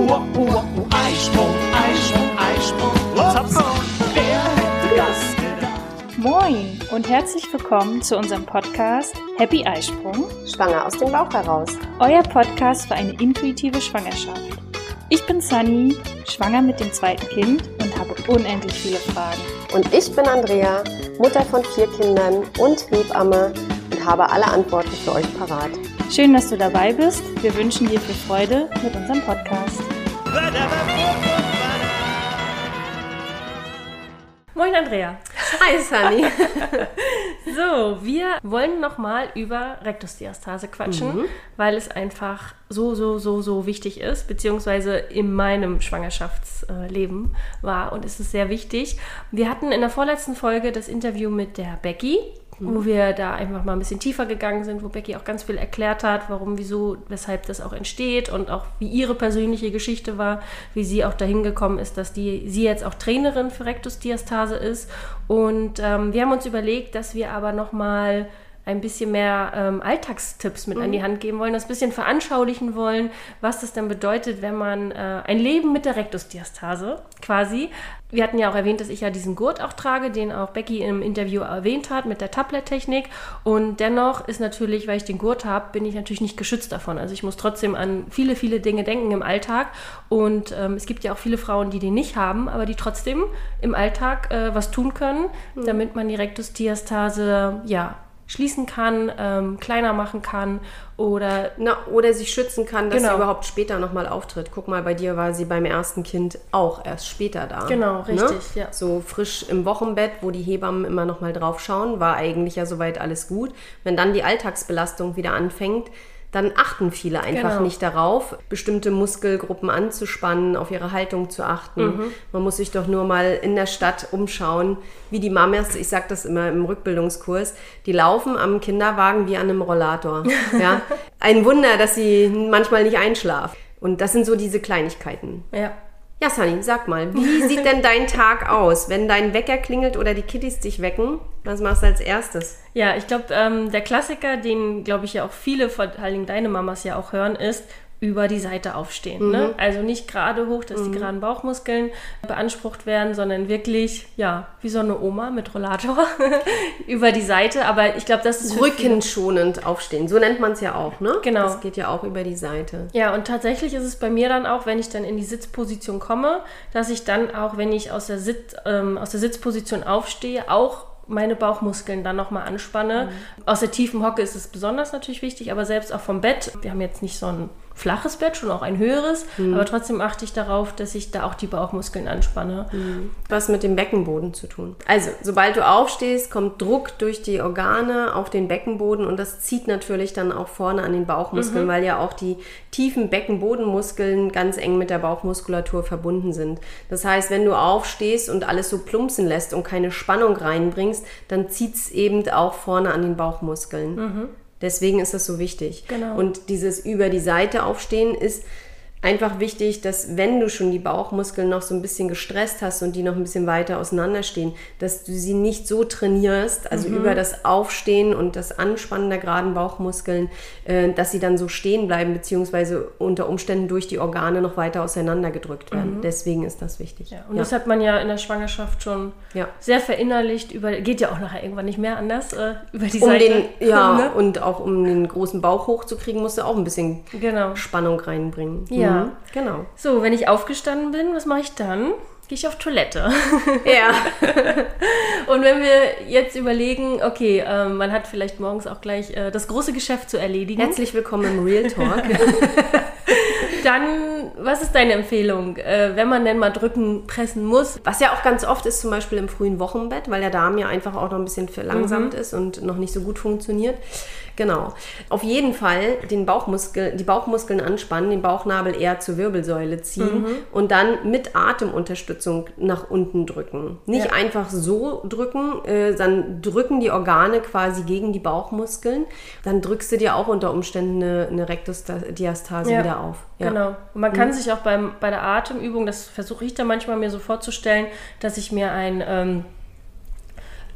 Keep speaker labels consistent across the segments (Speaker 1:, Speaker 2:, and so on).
Speaker 1: Eisprung, Eisprung, Eisprung. Zapfen, wer hätte das gedacht?
Speaker 2: Moin und herzlich willkommen zu unserem Podcast Happy Eisprung.
Speaker 3: Schwanger aus dem Bauch heraus.
Speaker 2: Euer Podcast für eine intuitive Schwangerschaft. Ich bin Sunny, schwanger mit dem zweiten Kind und habe unendlich viele Fragen.
Speaker 3: Und ich bin Andrea, Mutter von 4 Kindern und Hebamme und habe alle Antworten für euch parat.
Speaker 2: Schön, dass du dabei bist. Wir wünschen dir viel Freude mit unserem Podcast. Moin Andrea.
Speaker 3: Hi Sunny.
Speaker 4: So, wir wollen nochmal über Rektusdiastase quatschen, weil es einfach so wichtig ist, beziehungsweise in meinem Schwangerschaftsleben war und es ist sehr wichtig. Wir hatten in der vorletzten Folge das Interview mit der Becky, wo wir da einfach mal ein bisschen tiefer gegangen sind, wo Becky auch ganz viel erklärt hat, warum, wieso, weshalb das auch entsteht und auch wie ihre persönliche Geschichte war, wie sie auch dahin gekommen ist, dass sie jetzt auch Trainerin für Rektusdiastase ist. Und wir haben uns überlegt, dass wir aber nochmal ein bisschen mehr Alltagstipps mit an die Hand geben wollen, das ein bisschen veranschaulichen wollen, was das dann bedeutet, wenn man ein Leben mit der Rektusdiastase quasi. Wir hatten ja auch erwähnt, dass ich ja diesen Gurt auch trage, den auch Becky im Interview erwähnt hat mit der Tablet-Technik. Und dennoch ist natürlich, weil ich den Gurt habe, bin ich natürlich nicht geschützt davon. Also ich muss trotzdem an viele Dinge denken im Alltag. Und es gibt ja auch viele Frauen, die den nicht haben, aber die trotzdem im Alltag was tun können, damit man die Rektusdiastase, schließen kann, kleiner machen kann oder
Speaker 3: sich schützen kann, dass sie überhaupt später nochmal auftritt. Guck mal, bei dir war sie beim ersten Kind auch erst später da.
Speaker 4: Genau, richtig, ja.
Speaker 3: So frisch im Wochenbett, wo die Hebammen immer nochmal drauf schauen, war eigentlich ja soweit alles gut. Wenn dann die Alltagsbelastung wieder anfängt, dann achten viele einfach nicht darauf, bestimmte Muskelgruppen anzuspannen, auf ihre Haltung zu achten. Man muss sich doch nur mal in der Stadt umschauen, wie die Mamas, ich sage das immer im Rückbildungskurs, die laufen am Kinderwagen wie an einem Rollator. Ja? Ein Wunder, dass sie manchmal nicht einschlafen. Und das sind so diese Kleinigkeiten. Ja, Sunny, sag mal, wie sieht denn dein Tag aus, wenn dein Wecker klingelt oder die Kiddies dich wecken? Was machst du als erstes?
Speaker 4: Ja, ich glaube, der Klassiker, den, glaube ich, ja auch viele, vor allem deine Mamas ja auch hören, ist über die Seite aufstehen. Ne? Also nicht gerade hoch, dass die geraden Bauchmuskeln beansprucht werden, sondern wirklich, wie so eine Oma mit Rollator über die Seite. Aber ich glaube, das ist
Speaker 3: rückenschonend aufstehen. So nennt man es ja auch, ne?
Speaker 4: Genau.
Speaker 3: Das geht ja auch über die Seite.
Speaker 4: Ja, und tatsächlich ist es bei mir dann auch, wenn ich dann in die Sitzposition komme, dass ich dann auch, wenn ich aus der Sitzposition aufstehe, auch meine Bauchmuskeln dann nochmal anspanne. Aus der tiefen Hocke ist es besonders natürlich wichtig, aber selbst auch vom Bett. Wir haben jetzt nicht so ein flaches Bett, schon auch ein höheres, aber trotzdem achte ich darauf, dass ich da auch die Bauchmuskeln anspanne.
Speaker 3: Was mit dem Beckenboden zu tun? Also, sobald du aufstehst, kommt Druck durch die Organe auf den Beckenboden und das zieht natürlich dann auch vorne an den Bauchmuskeln, weil ja auch die tiefen Beckenbodenmuskeln ganz eng mit der Bauchmuskulatur verbunden sind. Das heißt, wenn du aufstehst und alles so plumpsen lässt und keine Spannung reinbringst, dann zieht es eben auch vorne an den Bauchmuskeln. Deswegen ist das so wichtig.
Speaker 4: Genau.
Speaker 3: Und dieses über die Seite aufstehen ist einfach wichtig, dass wenn du schon die Bauchmuskeln noch so ein bisschen gestresst hast und die noch ein bisschen weiter auseinanderstehen, dass du sie nicht so trainierst, also über das Aufstehen und das Anspannen der geraden Bauchmuskeln, dass sie dann so stehen bleiben, beziehungsweise unter Umständen durch die Organe noch weiter auseinandergedrückt werden. Deswegen ist das wichtig.
Speaker 4: Ja, und das hat man ja in der Schwangerschaft schon sehr verinnerlicht. Geht ja auch nachher irgendwann nicht mehr anders, über die Seite.
Speaker 3: Ne? Und auch um den großen Bauch hochzukriegen, musst du auch ein bisschen Spannung reinbringen.
Speaker 4: Ja.
Speaker 3: Genau.
Speaker 4: So, wenn ich aufgestanden bin, was mache ich dann? Gehe ich auf Toilette.
Speaker 3: Ja.
Speaker 4: Und wenn wir jetzt überlegen, okay, man hat vielleicht morgens auch gleich das große Geschäft zu erledigen.
Speaker 3: Herzlich willkommen im Real Talk.
Speaker 4: Dann, was ist deine Empfehlung, wenn man denn mal drücken, pressen muss?
Speaker 3: Was ja auch ganz oft ist, zum Beispiel im frühen Wochenbett, weil der Darm ja einfach auch noch ein bisschen verlangsamt ist und noch nicht so gut funktioniert. Genau. Auf jeden Fall die Bauchmuskeln anspannen, den Bauchnabel eher zur Wirbelsäule ziehen und dann mit Atemunterstützung nach unten drücken. Nicht einfach so drücken, dann drücken die Organe quasi gegen die Bauchmuskeln. Dann drückst du dir auch unter Umständen eine Rektusdiastase wieder auf. Ja.
Speaker 4: Genau. Und man kann sich auch bei der Atemübung, das versuche ich dann manchmal mir so vorzustellen, dass ich mir ein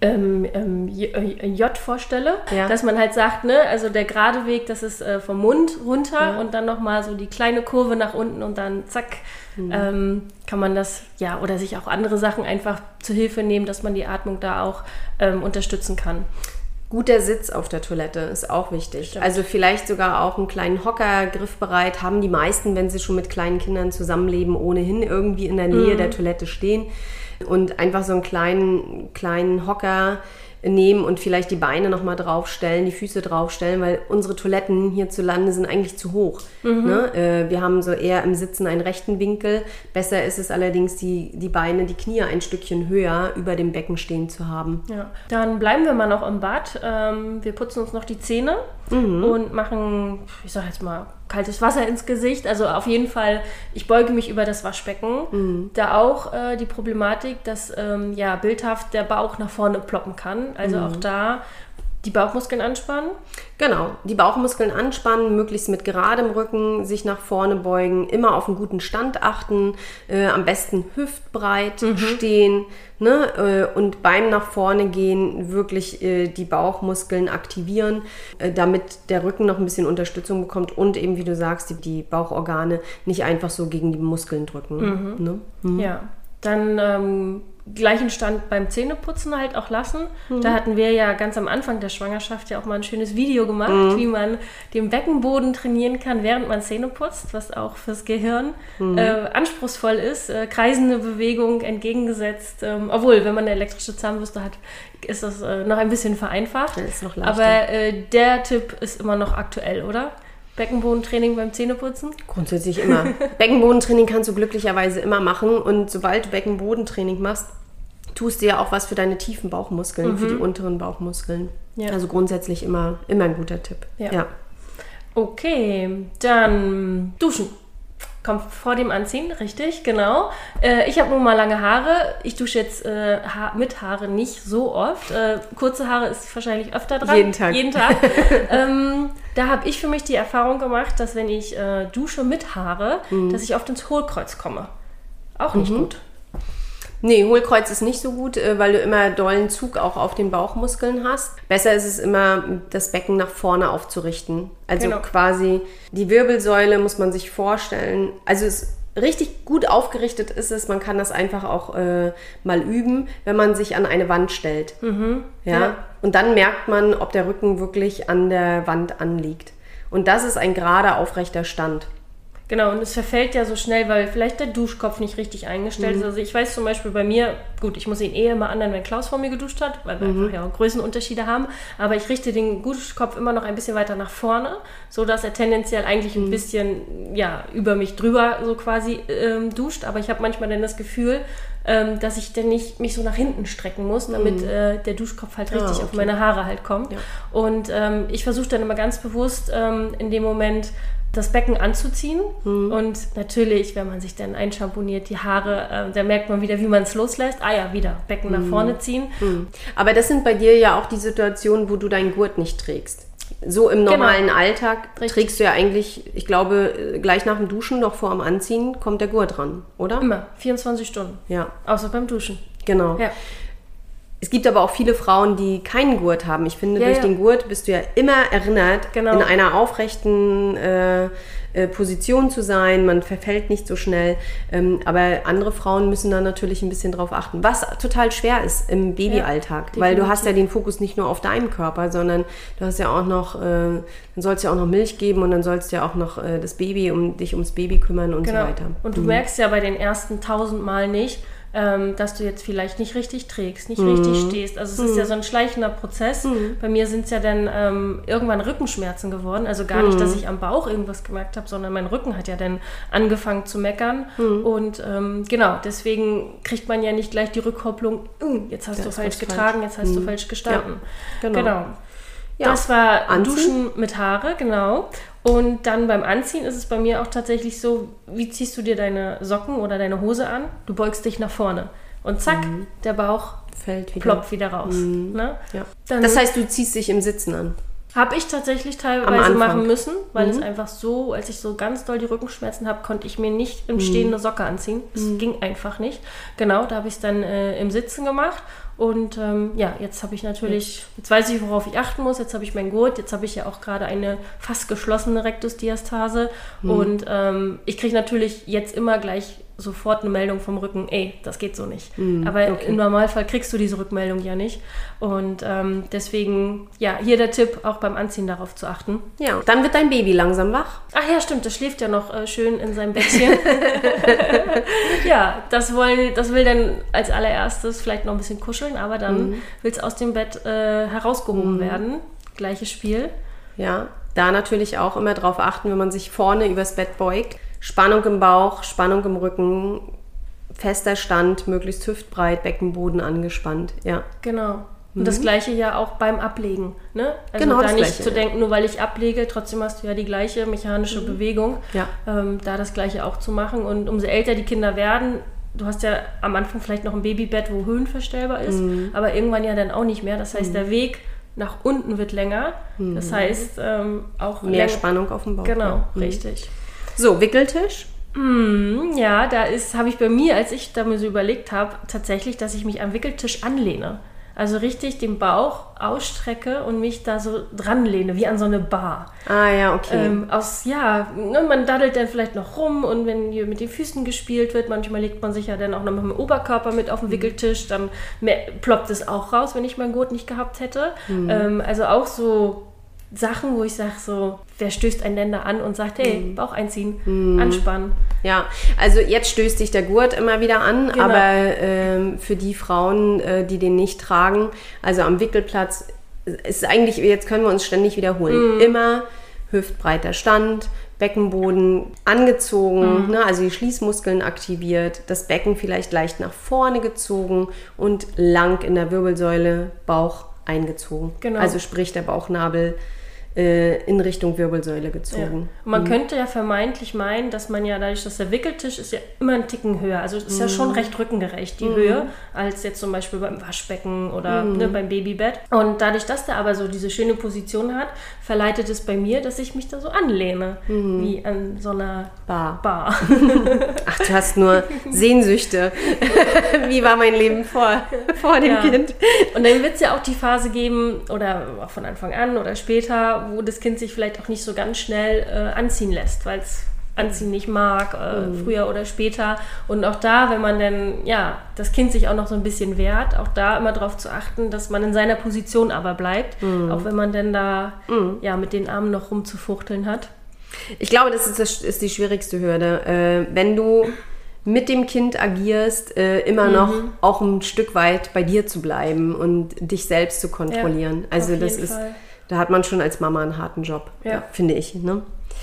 Speaker 4: J vorstelle, dass man halt sagt, ne, also der gerade Weg, das ist vom Mund runter und dann nochmal so die kleine Kurve nach unten und dann zack, kann man das, oder sich auch andere Sachen einfach zu Hilfe nehmen, dass man die Atmung da auch unterstützen kann.
Speaker 3: Guter Sitz auf der Toilette ist auch wichtig.
Speaker 4: Stimmt.
Speaker 3: Also vielleicht sogar auch einen kleinen Hocker griffbereit haben die meisten, wenn sie schon mit kleinen Kindern zusammenleben, ohnehin irgendwie in der Nähe der Toilette stehen und einfach so einen kleinen Hocker nehmen und vielleicht die Beine nochmal draufstellen, die Füße draufstellen, weil unsere Toiletten hierzulande sind eigentlich zu hoch. Ne? Wir haben so eher im Sitzen einen rechten Winkel. Besser ist es allerdings, die Beine, die Knie ein Stückchen höher über dem Becken stehen zu haben.
Speaker 4: Ja. Dann bleiben wir mal noch im Bad. Wir putzen uns noch die Zähne und machen, ich sag jetzt mal, kaltes Wasser ins Gesicht. Also auf jeden Fall, ich beuge mich über das Waschbecken. Da auch die Problematik, dass bildhaft der Bauch nach vorne ploppen kann. Also auch da die Bauchmuskeln anspannen.
Speaker 3: Genau, die Bauchmuskeln anspannen, möglichst mit geradem Rücken, sich nach vorne beugen, immer auf einen guten Stand achten, am besten hüftbreit stehen, ne? Und beim nach vorne gehen wirklich die Bauchmuskeln aktivieren, damit der Rücken noch ein bisschen Unterstützung bekommt und eben, wie du sagst, die Bauchorgane nicht einfach so gegen die Muskeln drücken. Ne?
Speaker 4: Ja, dann gleichen Stand beim Zähneputzen halt auch lassen. Da hatten wir ja ganz am Anfang der Schwangerschaft ja auch mal ein schönes Video gemacht, wie man den Beckenboden trainieren kann, während man Zähne putzt, was auch fürs Gehirn anspruchsvoll ist. Kreisende Bewegung entgegengesetzt. Obwohl, wenn man eine elektrische Zahnbürste hat, ist das noch ein bisschen vereinfacht.
Speaker 3: Das ist noch leichter.
Speaker 4: Aber der Tipp ist immer noch aktuell, oder? Beckenbodentraining beim Zähneputzen?
Speaker 3: Grundsätzlich immer. Beckenbodentraining kannst du glücklicherweise immer machen und sobald du Beckenbodentraining machst, tust du ja auch was für deine tiefen Bauchmuskeln, für die unteren Bauchmuskeln. Ja. Also grundsätzlich immer ein guter Tipp. Ja.
Speaker 4: Okay, dann duschen. Kommt vor dem Anziehen, richtig, genau. Ich habe nun mal lange Haare. Ich dusche jetzt mit Haaren nicht so oft. Kurze Haare ist wahrscheinlich öfter dran.
Speaker 3: Jeden Tag.
Speaker 4: Da habe ich für mich die Erfahrung gemacht, dass wenn ich dusche mit Haare, dass ich oft ins Hohlkreuz komme. Auch nicht gut.
Speaker 3: Nee, Hohlkreuz ist nicht so gut, weil du immer dollen Zug auch auf den Bauchmuskeln hast. Besser ist es immer, das Becken nach vorne aufzurichten. Also quasi die Wirbelsäule muss man sich vorstellen. Also es richtig gut aufgerichtet ist es, man kann das einfach auch mal üben, wenn man sich an eine Wand stellt. Ja? Und dann merkt man, ob der Rücken wirklich an der Wand anliegt. Und das ist ein gerader, aufrechter Stand.
Speaker 4: Genau, und es verfällt ja so schnell, weil vielleicht der Duschkopf nicht richtig eingestellt ist. Also ich weiß zum Beispiel bei mir, gut, ich muss ihn immer ändern, wenn Klaus vor mir geduscht hat, weil wir einfach ja Größenunterschiede haben, aber ich richte den Duschkopf immer noch ein bisschen weiter nach vorne, sodass er tendenziell eigentlich ein bisschen über mich drüber so quasi duscht, aber ich habe manchmal dann das Gefühl, dass ich dann nicht mich so nach hinten strecken muss, damit der Duschkopf halt richtig auf meine Haare halt kommt. Ja. Und ich versuche dann immer ganz bewusst in dem Moment das Becken anzuziehen und natürlich, wenn man sich dann einschamponiert, die Haare, da merkt man wieder, wie man es loslässt. Wieder Becken nach vorne ziehen.
Speaker 3: Aber das sind bei dir ja auch die Situationen, wo du deinen Gurt nicht trägst. So im normalen Alltag trägst du ja eigentlich, ich glaube, gleich nach dem Duschen, noch vor dem Anziehen, kommt der Gurt ran, oder?
Speaker 4: Immer, 24 Stunden.
Speaker 3: Ja.
Speaker 4: Außer beim Duschen.
Speaker 3: Genau. Ja. Es gibt aber auch viele Frauen, die keinen Gurt haben. Ich finde, durch den Gurt bist du ja immer erinnert, in einer aufrechten Position zu sein. Man verfällt nicht so schnell. Aber andere Frauen müssen da natürlich ein bisschen drauf achten. Was total schwer ist im Babyalltag. Weil du hast ja den Fokus nicht nur auf deinem Körper, sondern du hast ja auch noch, dann sollst du ja auch noch Milch geben und dann sollst du ja auch noch das Baby, dich ums Baby kümmern und so weiter.
Speaker 4: Und du merkst ja bei den ersten 1000 Mal nicht, dass du jetzt vielleicht nicht richtig trägst, nicht richtig stehst. Also es ist ja so ein schleichender Prozess. Bei mir sind es ja dann irgendwann Rückenschmerzen geworden. Also gar nicht, dass ich am Bauch irgendwas gemerkt habe, sondern mein Rücken hat ja dann angefangen zu meckern. Und deswegen kriegt man ja nicht gleich die Rückkopplung, jetzt hast du falsch getragen, jetzt hast du falsch gestanden. Ja, genau. Ja. Das war Duschen mit Haare, genau. Und dann beim Anziehen ist es bei mir auch tatsächlich so, wie ziehst du dir deine Socken oder deine Hose an? Du beugst dich nach vorne und zack, der Bauch ploppt wieder raus. Ne? Ja. Dann
Speaker 3: das heißt, du ziehst dich im Sitzen an?
Speaker 4: Habe ich tatsächlich teilweise machen müssen, weil es einfach so, als ich so ganz doll die Rückenschmerzen habe, konnte ich mir nicht im Stehen eine Socke anziehen. Es ging einfach nicht. Genau, da habe ich es dann im Sitzen gemacht. Und jetzt habe ich natürlich, jetzt weiß ich, worauf ich achten muss, jetzt habe ich meinen Gurt, jetzt habe ich ja auch gerade eine fast geschlossene Rektusdiastase und ich kriege natürlich jetzt immer gleich sofort eine Meldung vom Rücken, das geht so nicht. Aber im Normalfall kriegst du diese Rückmeldung ja nicht und deswegen, hier der Tipp, auch beim Anziehen darauf zu achten.
Speaker 3: Ja, dann wird dein Baby langsam wach.
Speaker 4: Ach ja, stimmt, das schläft ja noch schön in seinem Bettchen. Ja, das will dann als allererstes vielleicht noch ein bisschen kuscheln, aber dann will es aus dem Bett herausgehoben werden. Gleiches Spiel.
Speaker 3: Ja, da natürlich auch immer drauf achten, wenn man sich vorne übers Bett beugt. Spannung im Bauch, Spannung im Rücken, fester Stand, möglichst hüftbreit, Beckenboden angespannt. Ja.
Speaker 4: Genau. Und das Gleiche ja auch beim Ablegen. Ne? Also
Speaker 3: genau,
Speaker 4: da nicht
Speaker 3: Gleiche,
Speaker 4: zu denken, nur weil ich ablege, trotzdem hast du ja die gleiche mechanische Bewegung.
Speaker 3: Ja.
Speaker 4: Da das Gleiche auch zu machen. Und umso älter die Kinder werden, du hast ja am Anfang vielleicht noch ein Babybett, wo höhenverstellbar ist, aber irgendwann ja dann auch nicht mehr. Das heißt, der Weg nach unten wird länger. Das heißt, auch
Speaker 3: mehr Spannung auf dem Bauch.
Speaker 4: Genau, richtig.
Speaker 3: So, Wickeltisch.
Speaker 4: Ja, habe ich bei mir, als ich da mir so überlegt habe, tatsächlich, dass ich mich am Wickeltisch anlehne. Also richtig den Bauch ausstrecke und mich da so dran lehne, wie an so eine Bar.
Speaker 3: Ah ja, okay.
Speaker 4: Man daddelt dann vielleicht noch rum und wenn hier mit den Füßen gespielt wird, manchmal legt man sich ja dann auch noch mit dem Oberkörper mit auf den Wickeltisch, dann ploppt es auch raus, wenn ich meinen Gurt nicht gehabt hätte. Also auch so Sachen, wo ich sage so, wer stößt einen denn da an und sagt, hey, Bauch einziehen, anspannen. Ja,
Speaker 3: also jetzt stößt dich der Gurt immer wieder an, genau. Aber für die Frauen, die den nicht tragen, also am Wickelplatz, ist eigentlich, jetzt können wir uns ständig wiederholen, immer hüftbreiter Stand, Beckenboden angezogen, ne, also die Schließmuskeln aktiviert, das Becken vielleicht leicht nach vorne gezogen und lang in der Wirbelsäule, Bauch eingezogen. Genau. Also sprich der Bauchnabel in Richtung Wirbelsäule gezogen.
Speaker 4: Ja. Man könnte ja vermeintlich meinen, dass man ja dadurch, dass der Wickeltisch ist ja immer ein Ticken höher, also es ist ja schon recht rückengerecht, die Höhe, als jetzt zum Beispiel beim Waschbecken oder beim Babybett. Und dadurch, dass der aber so diese schöne Position hat, verleitet es bei mir, dass ich mich da so anlehne, wie an so einer Bar.
Speaker 3: Ach, du hast nur Sehnsüchte. Wie war mein Leben vor dem Kind?
Speaker 4: Und dann wird es ja auch die Phase geben, oder auch von Anfang an oder später, wo das Kind sich vielleicht auch nicht so ganz schnell anziehen lässt, weil es Anziehen nicht mag, früher oder später. Und auch da, wenn man dann, das Kind sich auch noch so ein bisschen wehrt, auch da immer darauf zu achten, dass man in seiner Position aber bleibt, auch wenn man dann da mit den Armen noch rumzufuchteln hat.
Speaker 3: Ich glaube, das ist die schwierigste Hürde. Wenn du mit dem Kind agierst, immer noch auch ein Stück weit bei dir zu bleiben und dich selbst zu kontrollieren. Also das ist... Da hat man schon als Mama einen harten Job, finde ich. Ne?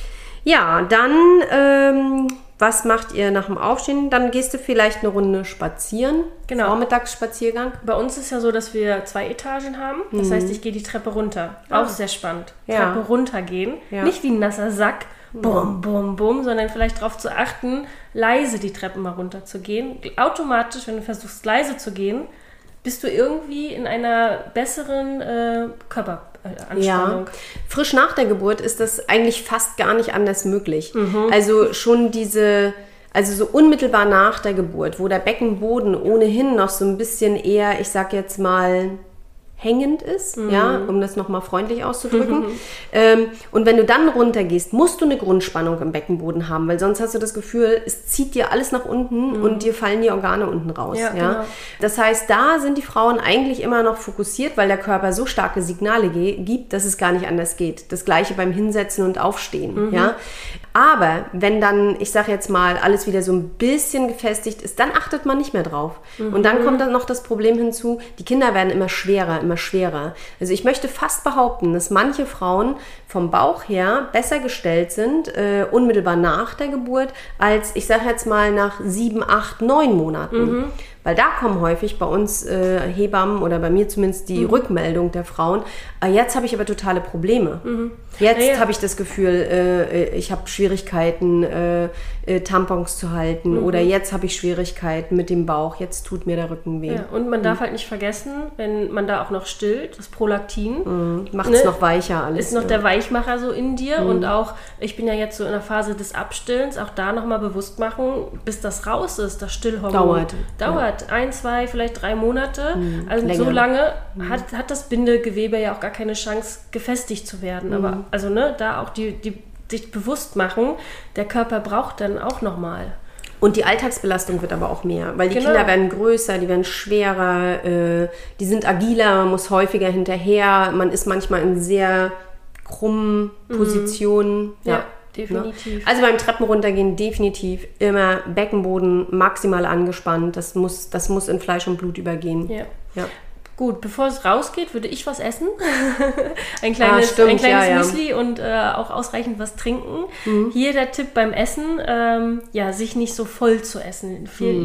Speaker 3: Ja, dann, was macht ihr nach dem Aufstehen? Dann gehst du vielleicht eine Runde spazieren.
Speaker 4: Genau.
Speaker 3: Vormittagsspaziergang.
Speaker 4: Bei uns ist ja so, dass wir 2 Etagen haben. Das heißt, ich gehe die Treppe runter. Auch sehr spannend.
Speaker 3: Ja.
Speaker 4: Treppe runtergehen. Ja. Nicht wie ein nasser Sack. Bum, bum, bum, sondern vielleicht darauf zu achten, leise die Treppen mal runter zu gehen. Automatisch, wenn du versuchst, leise zu gehen, bist du irgendwie in einer besseren Körperanspannung.
Speaker 3: Ja. Frisch nach der Geburt ist das eigentlich fast gar nicht anders möglich. Also schon also so unmittelbar nach der Geburt, wo der Beckenboden ohnehin noch so ein bisschen eher, ich sag jetzt mal, hängend ist, um das nochmal freundlich auszudrücken. Und wenn du dann runtergehst, musst du eine Grundspannung im Beckenboden haben, weil sonst hast du das Gefühl, es zieht dir alles nach unten und dir fallen die Organe unten raus. Ja, genau. Das heißt, da sind die Frauen eigentlich immer noch fokussiert, weil der Körper so starke Signale gibt, dass es gar nicht anders geht. Das Gleiche beim Hinsetzen und Aufstehen. Ja? Aber wenn dann, ich sage jetzt mal, alles wieder so ein bisschen gefestigt ist, dann achtet man nicht mehr drauf. Und dann kommt dann noch das Problem hinzu, die Kinder werden immer schwerer. Also ich möchte fast behaupten, dass manche Frauen vom Bauch her besser gestellt sind, unmittelbar nach der Geburt, als, ich sage jetzt mal, nach 7, 8, 9 Monaten. Weil da kommen häufig bei uns Hebammen oder bei mir zumindest die Rückmeldung der Frauen, jetzt habe ich aber totale Probleme. Jetzt habe ich das Gefühl, ich habe Schwierigkeiten, Tampons zu halten oder jetzt habe ich Schwierigkeiten mit dem Bauch, jetzt tut mir der Rücken weh.
Speaker 4: Ja, und man darf halt nicht vergessen, wenn man da auch noch stillt, das Prolaktin.
Speaker 3: Macht es noch weicher alles.
Speaker 4: Ist noch der Weichmacher so in dir und auch, ich bin ja jetzt so in der Phase des Abstillens, auch da nochmal bewusst machen, bis das raus ist, das Stillhormon. Dauert. dauert 1, 2, vielleicht 3 Monate. Also
Speaker 3: länger.
Speaker 4: so lange hat das Bindegewebe ja auch gar keine Chance, gefestigt zu werden. Aber also da auch die sich bewusst machen, der Körper braucht dann auch nochmal.
Speaker 3: Und die Alltagsbelastung wird aber auch mehr, weil die Kinder werden größer, die werden schwerer, die sind agiler, man muss häufiger hinterher, man ist manchmal in sehr krummen Positionen.
Speaker 4: Ja, definitiv.
Speaker 3: Ne? Also beim Treppenruntergehen definitiv immer Beckenboden maximal angespannt, das muss in Fleisch und Blut übergehen.
Speaker 4: Ja. Gut, bevor es rausgeht, würde ich was essen. ein kleines Müsli und auch ausreichend was trinken. Hier der Tipp beim Essen, sich nicht so voll zu essen.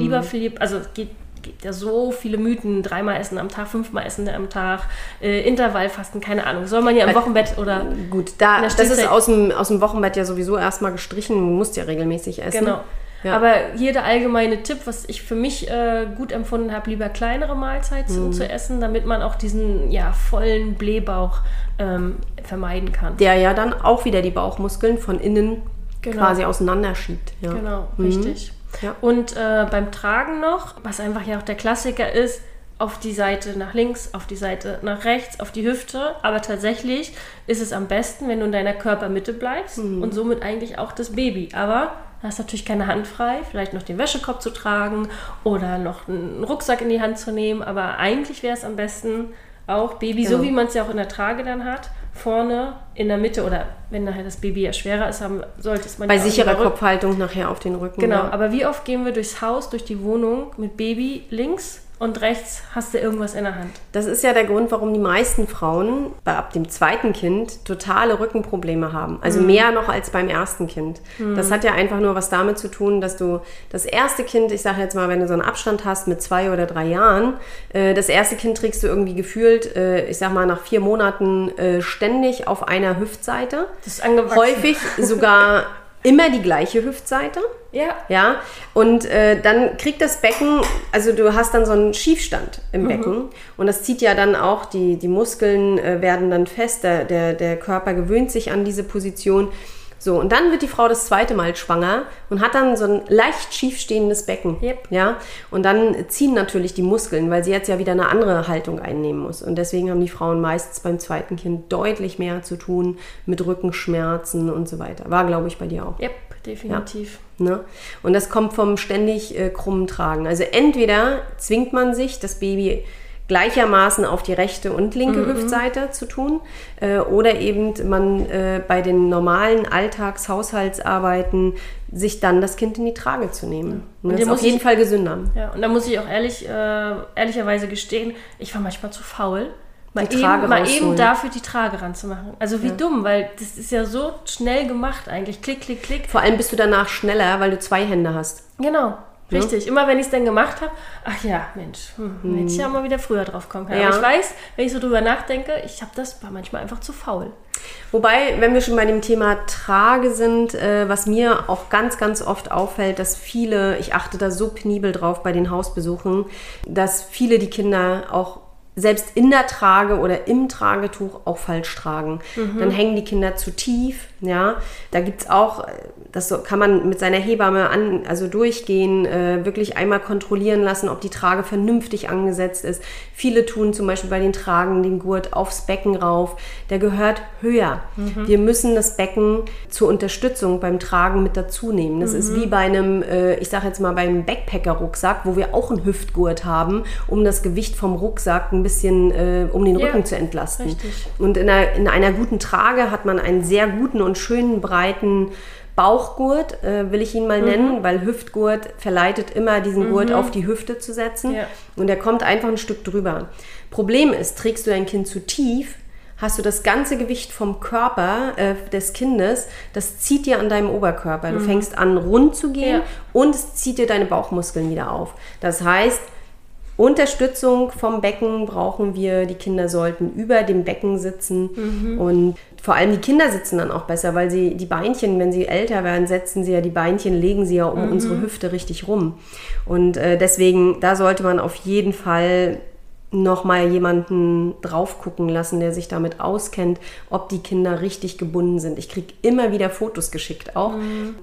Speaker 4: Also es geht ja so viele Mythen, 3-mal essen am Tag, 5-mal essen am Tag, Intervallfasten, keine Ahnung. Soll man ja im Wochenbett oder...
Speaker 3: Gut, das ist aus dem Wochenbett ja sowieso erstmal gestrichen, du musst ja regelmäßig essen.
Speaker 4: Genau. Ja. Aber hier der allgemeine Tipp, was ich für mich gut empfunden habe, lieber kleinere Mahlzeiten zu essen, damit man auch diesen vollen Blähbauch vermeiden kann. Der
Speaker 3: ja dann auch wieder die Bauchmuskeln von innen quasi auseinanderschiebt. Ja.
Speaker 4: Genau, richtig. Ja. Und beim Tragen noch, was einfach ja auch der Klassiker ist, auf die Seite nach links, auf die Seite nach rechts, auf die Hüfte. Aber tatsächlich ist es am besten, wenn du in deiner Körpermitte bleibst und somit eigentlich auch das Baby. Aber da hast natürlich keine Hand frei, vielleicht noch den Wäschekorb zu tragen oder noch einen Rucksack in die Hand zu nehmen. Aber eigentlich wäre es am besten auch Baby, so wie man es ja auch in der Trage dann hat, vorne in der Mitte oder wenn nachher das Baby ja schwerer ist, sollte es man
Speaker 3: bei sicherer Kopfhaltung nachher auf den Rücken.
Speaker 4: Genau, aber wie oft gehen wir durchs Haus, durch die Wohnung mit Baby links und rechts hast du irgendwas in der Hand.
Speaker 3: Das ist ja der Grund, warum die meisten Frauen ab dem zweiten Kind totale Rückenprobleme haben. Also mehr noch als beim ersten Kind. Das hat ja einfach nur was damit zu tun, dass du das erste Kind, ich sage jetzt mal, wenn du so einen Abstand hast mit 2 oder 3 Jahren, das erste Kind trägst du irgendwie gefühlt, ich sag mal nach 4 Monaten ständig auf einer Hüftseite.
Speaker 4: Das ist angewachsen.
Speaker 3: Häufig sogar immer die gleiche Hüftseite. Ja. Und dann kriegt das Becken, also du hast dann so einen Schiefstand im Becken und das zieht ja dann auch, die Muskeln werden dann fest, der Körper gewöhnt sich an diese Position. So, und dann wird die Frau das zweite Mal schwanger und hat dann so ein leicht schief stehendes Becken. Ja? Und dann ziehen natürlich die Muskeln, weil sie jetzt ja wieder eine andere Haltung einnehmen muss. Und deswegen haben die Frauen meistens beim zweiten Kind deutlich mehr zu tun mit Rückenschmerzen und so weiter. War, glaube ich, bei dir auch.
Speaker 4: Definitiv.
Speaker 3: Ja, ne? Und das kommt vom ständig krummen Tragen. Also entweder zwingt man sich, das Baby gleichermaßen auf die rechte und linke Hüftseite zu tun oder eben man bei den normalen Alltagshaushaltsarbeiten sich dann das Kind in die Trage zu nehmen. Und das ist auf jeden Fall gesünder.
Speaker 4: Ja, und da muss ich auch ehrlicherweise gestehen, ich war manchmal zu faul, mal eben dafür die Trage ranzumachen. Also wie dumm, weil das ist ja so schnell gemacht eigentlich. Klick, klick, klick.
Speaker 3: Vor allem bist du danach schneller, weil du 2 Hände hast.
Speaker 4: Genau. Richtig, ja. Immer wenn ich es dann gemacht habe, ach ja, Mensch, hätte ich ja mal wieder früher drauf kommen können. Ja. Aber ich weiß, wenn ich so drüber nachdenke, war manchmal einfach zu faul.
Speaker 3: Wobei, wenn wir schon bei dem Thema Trage sind, was mir auch ganz, ganz oft auffällt, dass viele, ich achte da so penibel drauf bei den Hausbesuchen, dass viele die Kinder auch selbst in der Trage oder im Tragetuch auch falsch tragen. Dann hängen die Kinder zu tief. Ja, da gibt es auch, das kann man mit seiner Hebamme durchgehen, wirklich einmal kontrollieren lassen, ob die Trage vernünftig angesetzt ist. Viele tun zum Beispiel bei den Tragen den Gurt aufs Becken rauf. Der gehört höher. Wir müssen das Becken zur Unterstützung beim Tragen mit dazu nehmen. Das ist wie bei einem, ich sage jetzt mal beim Backpacker-Rucksack, wo wir auch einen Hüftgurt haben, um das Gewicht vom Rucksack ein bisschen um den Rücken zu entlasten.
Speaker 4: Richtig.
Speaker 3: Und in einer guten Trage hat man einen sehr guten und schönen breiten Bauchgurt, will ich ihn mal nennen, weil Hüftgurt verleitet immer, diesen Gurt auf die Hüfte zu setzen. Ja. Und der kommt einfach ein Stück drüber. Problem ist, trägst du dein Kind zu tief, hast du das ganze Gewicht vom Körper des Kindes, das zieht dir an deinem Oberkörper. Du fängst an, rund zu gehen und es zieht dir deine Bauchmuskeln wieder auf. Das heißt, Unterstützung vom Becken brauchen wir. Die Kinder sollten über dem Becken sitzen und vor allem die Kinder sitzen dann auch besser, weil sie die Beinchen, wenn sie älter werden, legen sie ja um unsere Hüfte richtig rum. Und deswegen, da sollte man auf jeden Fall nochmal jemanden drauf gucken lassen, der sich damit auskennt, ob die Kinder richtig gebunden sind. Ich kriege immer wieder Fotos geschickt auch.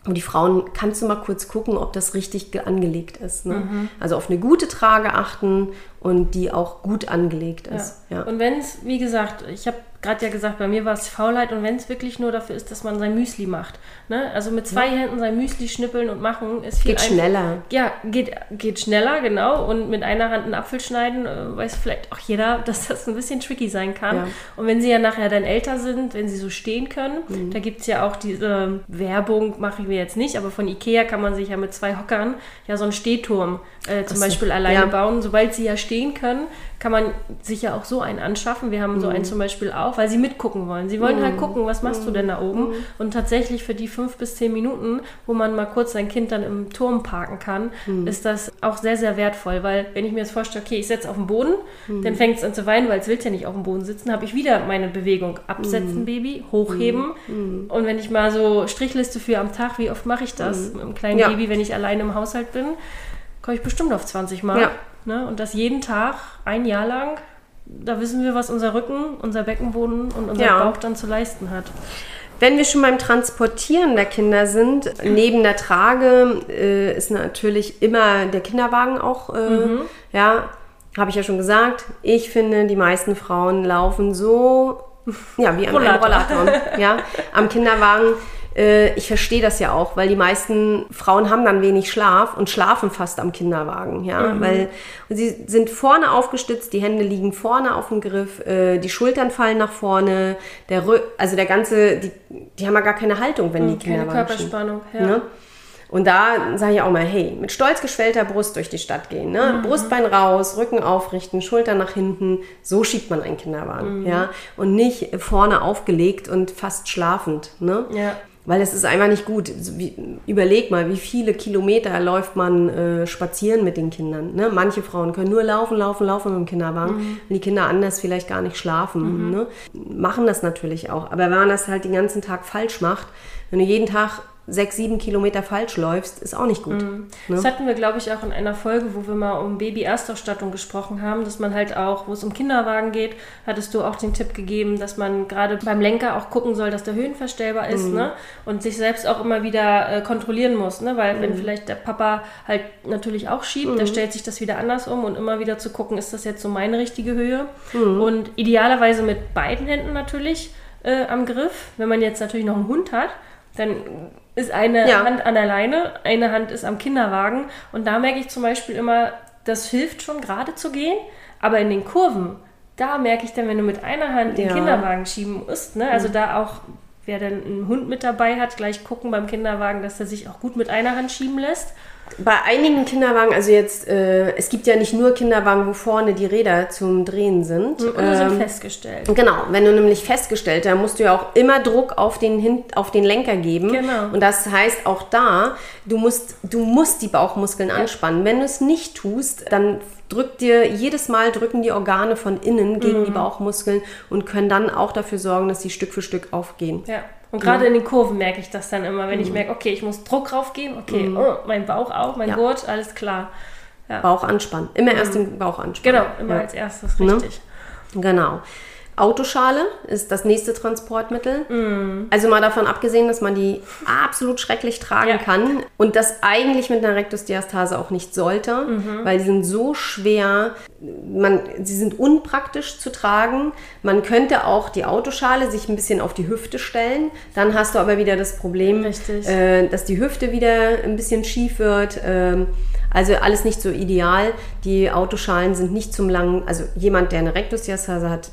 Speaker 3: Und die Frauen, kannst du mal kurz gucken, ob das richtig angelegt ist. Ne? Also auf eine gute Trage achten und die auch gut angelegt ist. Ja.
Speaker 4: Und wenn es, wie gesagt, ich habe gerade ja gesagt, bei mir war es Faulheit und wenn es wirklich nur dafür ist, dass man sein Müsli macht. Ne? Also mit 2 Händen sein Müsli schnippeln und machen ist viel
Speaker 3: Geht schneller.
Speaker 4: Ja, geht schneller, genau. Und mit einer Hand einen Apfel schneiden, weiß vielleicht auch jeder, dass das ein bisschen tricky sein kann. Ja. Und wenn sie ja nachher dann älter sind, wenn sie so stehen können, da gibt es ja auch diese Werbung, mache ich mir jetzt nicht, aber von Ikea kann man sich ja mit 2 Hockern ja so einen Stehturm zum Beispiel alleine bauen. Sobald sie ja stehen können, kann man sich ja auch so einen anschaffen. Wir haben so einen zum Beispiel auch, weil sie mitgucken wollen. Sie wollen halt gucken, was machst du denn da oben? Und tatsächlich für die 5 bis 10 Minuten, wo man mal kurz sein Kind dann im Turm parken kann, ist das auch sehr, sehr wertvoll. Weil wenn ich mir jetzt vorstelle, okay, ich setze auf den Boden, dann fängt es an zu weinen, weil es will ja nicht auf dem Boden sitzen, habe ich wieder meine Bewegung. Absetzen, Baby, hochheben. Und wenn ich mal so Strichliste für am Tag, wie oft mache ich das? Mit einem kleinen Baby, wenn ich alleine im Haushalt bin, komme ich bestimmt auf 20 Mal. Ja. Ne? Und das jeden Tag, ein Jahr lang, da wissen wir, was unser Rücken, unser Beckenboden und unser Bauch dann zu leisten hat.
Speaker 3: Wenn wir schon beim Transportieren der Kinder sind, neben der Trage ist natürlich immer der Kinderwagen auch, habe ich ja schon gesagt. Ich finde, die meisten Frauen laufen so, wie an einem Rollator, am Kinderwagen. Ich verstehe das ja auch, weil die meisten Frauen haben dann wenig Schlaf und schlafen fast am Kinderwagen, weil sie sind vorne aufgestützt, die Hände liegen vorne auf dem Griff, die Schultern fallen nach vorne, die haben ja gar keine Haltung, wenn die Kinderwagen
Speaker 4: keine Körperspannung,
Speaker 3: ne? Und da sage ich auch mal, hey, mit stolz geschwellter Brust durch die Stadt gehen, ne? Brustbein raus, Rücken aufrichten, Schultern nach hinten, so schiebt man einen Kinderwagen, und nicht vorne aufgelegt und fast schlafend, ne? Ja. Weil es ist einfach nicht gut. Überleg mal, wie viele Kilometer läuft man spazieren mit den Kindern. Ne? Manche Frauen können nur laufen mit dem Kinderwagen. Und die Kinder anders vielleicht gar nicht schlafen. Ne? Machen das natürlich auch. Aber wenn man das halt den ganzen Tag falsch macht, wenn du jeden Tag 6-7 Kilometer falsch läufst, ist auch nicht gut. Ne?
Speaker 4: Das hatten wir, glaube ich, auch in einer Folge, wo wir mal um Baby-Erstausstattung gesprochen haben, dass man halt auch, wo es um Kinderwagen geht, hattest du auch den Tipp gegeben, dass man gerade beim Lenker auch gucken soll, dass der höhenverstellbar ist, ne? Und sich selbst auch immer wieder kontrollieren muss, ne? Weil wenn vielleicht der Papa halt natürlich auch schiebt, dann stellt sich das wieder anders um und immer wieder zu gucken, ist das jetzt so meine richtige Höhe? Und idealerweise mit beiden Händen natürlich am Griff. Wenn man jetzt natürlich noch einen Hund hat, dann ist eine Hand an der Leine, eine Hand ist am Kinderwagen. Und da merke ich zum Beispiel immer, das hilft schon gerade zu gehen, aber in den Kurven, da merke ich dann, wenn du mit einer Hand den Kinderwagen schieben musst, ne? Also da auch, wer dann einen Hund mit dabei hat, gleich gucken beim Kinderwagen, dass er sich auch gut mit einer Hand schieben lässt.
Speaker 3: Bei einigen Kinderwagen, also jetzt, es gibt ja nicht nur Kinderwagen, wo vorne die Räder zum Drehen sind.
Speaker 4: Und die sind festgestellt.
Speaker 3: Genau, wenn du nämlich festgestellt, da musst du ja auch immer Druck auf den Lenker geben. Genau. Und das heißt auch da, du musst die Bauchmuskeln anspannen. Wenn du es nicht tust, dann jedes Mal drücken die Organe von innen gegen die Bauchmuskeln und können dann auch dafür sorgen, dass die Stück für Stück aufgehen.
Speaker 4: Ja. Und gerade in den Kurven merke ich das dann immer, wenn ich merke, okay, ich muss Druck raufgeben, okay, mein Bauch auch, mein Gurt, alles klar. Ja.
Speaker 3: Bauch anspannen. Immer erst den Bauch anspannen.
Speaker 4: Genau, immer als erstes, richtig.
Speaker 3: Ne? Genau. Autoschale ist das nächste Transportmittel. Also mal davon abgesehen, dass man die absolut schrecklich tragen kann und das eigentlich mit einer Rektusdiastase auch nicht sollte, weil die sind so schwer, sie sind unpraktisch zu tragen. Man könnte auch die Autoschale sich ein bisschen auf die Hüfte stellen, dann hast du aber wieder das Problem, dass die Hüfte wieder ein bisschen schief wird. Also alles nicht so ideal. Die Autoschalen sind nicht zum langen, also jemand, der eine Rektusdiastase hat,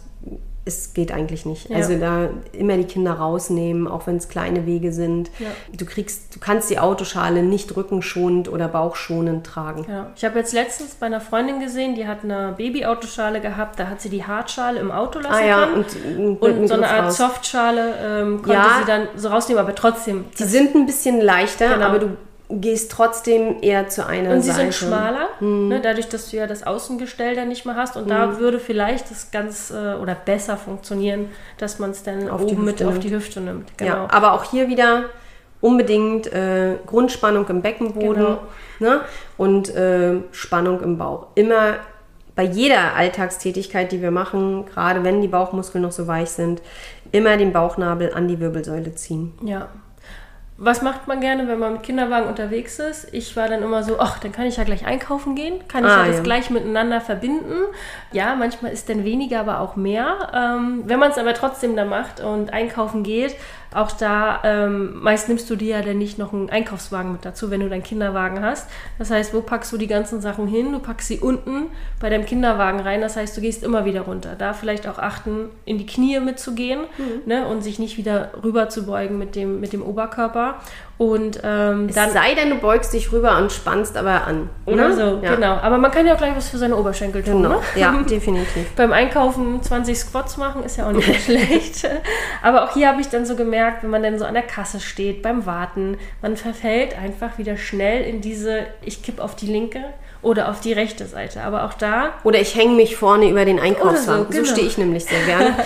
Speaker 3: es geht eigentlich nicht. Ja. Also da immer die Kinder rausnehmen, auch wenn es kleine Wege sind. Ja. Du kannst die Autoschale nicht rückenschonend oder bauchschonend tragen.
Speaker 4: Ja. Ich habe jetzt letztens bei einer Freundin gesehen, die hat eine Baby-Autoschale gehabt, da hat sie die Hartschale im Auto lassen können. Und so eine Art Softschale konnte sie dann so rausnehmen, aber trotzdem.
Speaker 3: Die sind ein bisschen leichter, aber du gehst trotzdem eher zu einer Seite.
Speaker 4: Und sie sind schmaler, ne, dadurch, dass du ja das Außengestell dann nicht mehr hast. Und da würde vielleicht das ganz oder besser funktionieren, dass man es dann oben mit auf die Hüfte nimmt.
Speaker 3: Genau. Ja, aber auch hier wieder unbedingt Grundspannung im Beckenboden, ne, und Spannung im Bauch. Immer bei jeder Alltagstätigkeit, die wir machen, gerade wenn die Bauchmuskeln noch so weich sind, immer den Bauchnabel an die Wirbelsäule ziehen.
Speaker 4: Ja. Was macht man gerne, wenn man mit Kinderwagen unterwegs ist? Ich war dann immer so, ach, dann kann ich ja gleich einkaufen gehen, kann ich das gleich miteinander verbinden. Ja, manchmal ist dann weniger, aber auch mehr. Wenn man es aber trotzdem da macht und einkaufen geht, auch da, meist nimmst du dir ja dann nicht noch einen Einkaufswagen mit dazu, wenn du deinen Kinderwagen hast. Das heißt, wo packst du die ganzen Sachen hin? Du packst sie unten bei deinem Kinderwagen rein. Das heißt, du gehst immer wieder runter. Da vielleicht auch achten, in die Knie mitzugehen, ne, und sich nicht wieder rüber zu beugen mit dem Oberkörper. Und
Speaker 3: es sei denn, du beugst dich rüber und spannst aber an.
Speaker 4: Oder so, genau. Aber man kann ja auch gleich was für seine Oberschenkel tun, ne?
Speaker 3: Ja, definitiv.
Speaker 4: Beim Einkaufen 20 Squats machen ist ja auch nicht schlecht. Aber auch hier habe ich dann so gemerkt, wenn man dann so an der Kasse steht, beim Warten, man verfällt einfach wieder schnell in diese, ich kipp auf die linke oder auf die rechte Seite. Aber auch da...
Speaker 3: Oder ich hänge mich vorne über den Einkaufswagen.
Speaker 4: So
Speaker 3: stehe ich nämlich sehr gerne.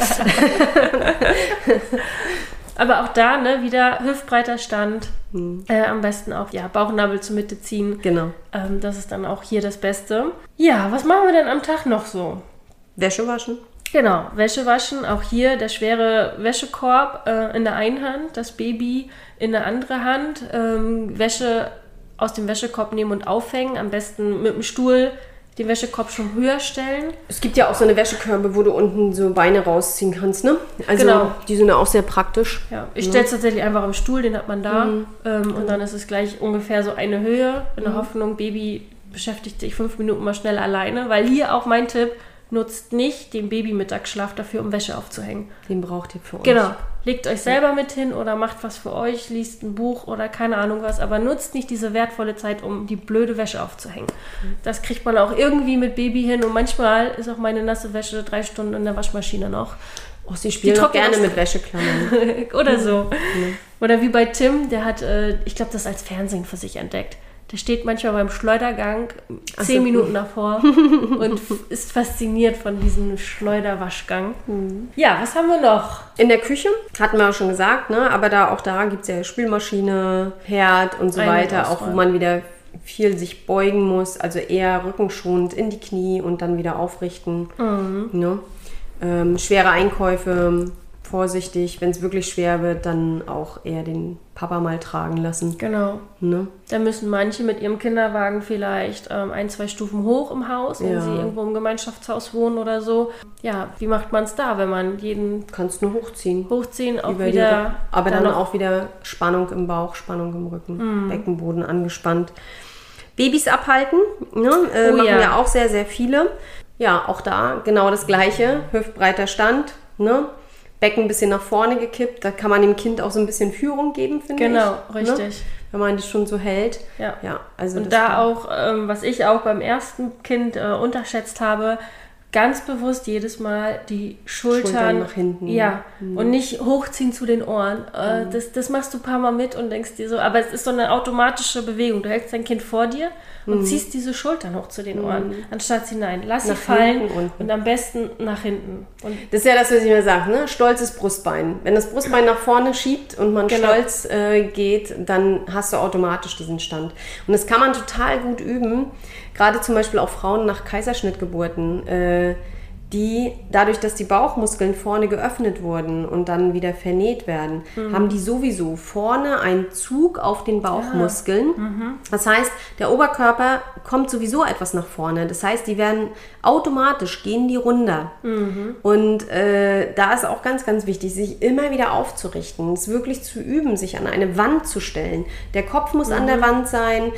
Speaker 4: Aber auch da, ne, wieder hüftbreiter Stand. Am besten auch, Bauchnabel zur Mitte ziehen.
Speaker 3: Genau.
Speaker 4: Das ist dann auch hier das Beste. Ja, was machen wir denn am Tag noch so?
Speaker 3: Wäsche waschen.
Speaker 4: Genau, Wäsche waschen. Auch hier der schwere Wäschekorb in der einen Hand, das Baby in der anderen Hand. Wäsche aus dem Wäschekorb nehmen und aufhängen. Am besten mit dem Stuhl den Wäschekorb schon höher stellen. Es
Speaker 3: gibt ja auch so eine Wäschekörbe, wo du unten so Beine rausziehen kannst, ne? Also
Speaker 4: genau.
Speaker 3: Die sind auch sehr praktisch.
Speaker 4: Ja, ich stelle es tatsächlich einfach am Stuhl, den hat man da. Und dann ist es gleich ungefähr so eine Höhe. In der Hoffnung, Baby beschäftigt sich 5 Minuten mal schnell alleine. Weil hier auch mein Tipp, nutzt nicht den Baby-Mittagsschlaf dafür, um Wäsche aufzuhängen.
Speaker 3: Den braucht ihr für euch.
Speaker 4: Genau. Legt euch selber mit hin oder macht was für euch, liest ein Buch oder keine Ahnung was, aber nutzt nicht diese wertvolle Zeit, um die blöde Wäsche aufzuhängen. Das kriegt man auch irgendwie mit Baby hin und manchmal ist auch meine nasse Wäsche 3 Stunden in der Waschmaschine noch.
Speaker 3: Oh, sie spielen auch gerne mit Wäscheklammern.
Speaker 4: Oder so. Oder wie bei Tim, der hat, ich glaube, das als Fernsehen für sich entdeckt. Der steht manchmal beim Schleudergang 10 Minuten davor und ist fasziniert von diesem Schleuderwaschgang. Ja, was haben wir noch?
Speaker 3: In der Küche, hatten wir auch schon gesagt, ne? Aber da gibt es ja Spülmaschine, Herd und so weiter, auch wo man wieder viel sich beugen muss, also eher rückenschonend in die Knie und dann wieder aufrichten. Ne? Schwere Einkäufe, vorsichtig, wenn es wirklich schwer wird, dann auch eher den Papa mal tragen lassen.
Speaker 4: Genau.
Speaker 3: Ne?
Speaker 4: Da müssen manche mit ihrem Kinderwagen vielleicht 1-2 Stufen hoch im Haus, wenn sie irgendwo im Gemeinschaftshaus wohnen oder so. Ja, wie macht man es da, wenn man jeden...
Speaker 3: Kannst nur hochziehen.
Speaker 4: Auch wieder...
Speaker 3: Aber dann auch wieder Spannung im Bauch, Spannung im Rücken, Beckenboden angespannt. Babys abhalten, ne? Machen ja auch sehr, sehr viele. Ja, auch da genau das Gleiche. Hüftbreiter Stand, ne? Becken ein bisschen nach vorne gekippt. Da kann man dem Kind auch so ein bisschen Führung geben, finde ich.
Speaker 4: Genau, richtig.
Speaker 3: Ne? Wenn man die schon so hält.
Speaker 4: Ja.
Speaker 3: Also
Speaker 4: und da auch, was ich auch beim ersten Kind unterschätzt habe, ganz bewusst jedes Mal die Schultern
Speaker 3: nach hinten.
Speaker 4: Ja, und nicht hochziehen zu den Ohren. Das machst du ein paar Mal mit und denkst dir so, aber es ist so eine automatische Bewegung. Du hältst dein Kind vor dir und ziehst diese Schultern hoch zu den Ohren, anstatt sie hinein. Lass sie fallen und am besten nach hinten. Und
Speaker 3: das ist ja das, was ich mir sage, ne? Stolzes Brustbein. Wenn das Brustbein nach vorne schiebt und man stolz geht, dann hast du automatisch diesen Stand. Und das kann man total gut üben. Gerade zum Beispiel auch Frauen nach Kaiserschnittgeburten, die dadurch, dass die Bauchmuskeln vorne geöffnet wurden und dann wieder vernäht werden, haben die sowieso vorne einen Zug auf den Bauchmuskeln. Das heißt, der Oberkörper kommt sowieso etwas nach vorne. Das heißt, die werden automatisch, gehen die runter. Und da ist auch ganz, ganz wichtig, sich immer wieder aufzurichten, es wirklich zu üben, sich an eine Wand zu stellen. Der Kopf muss an der Wand sein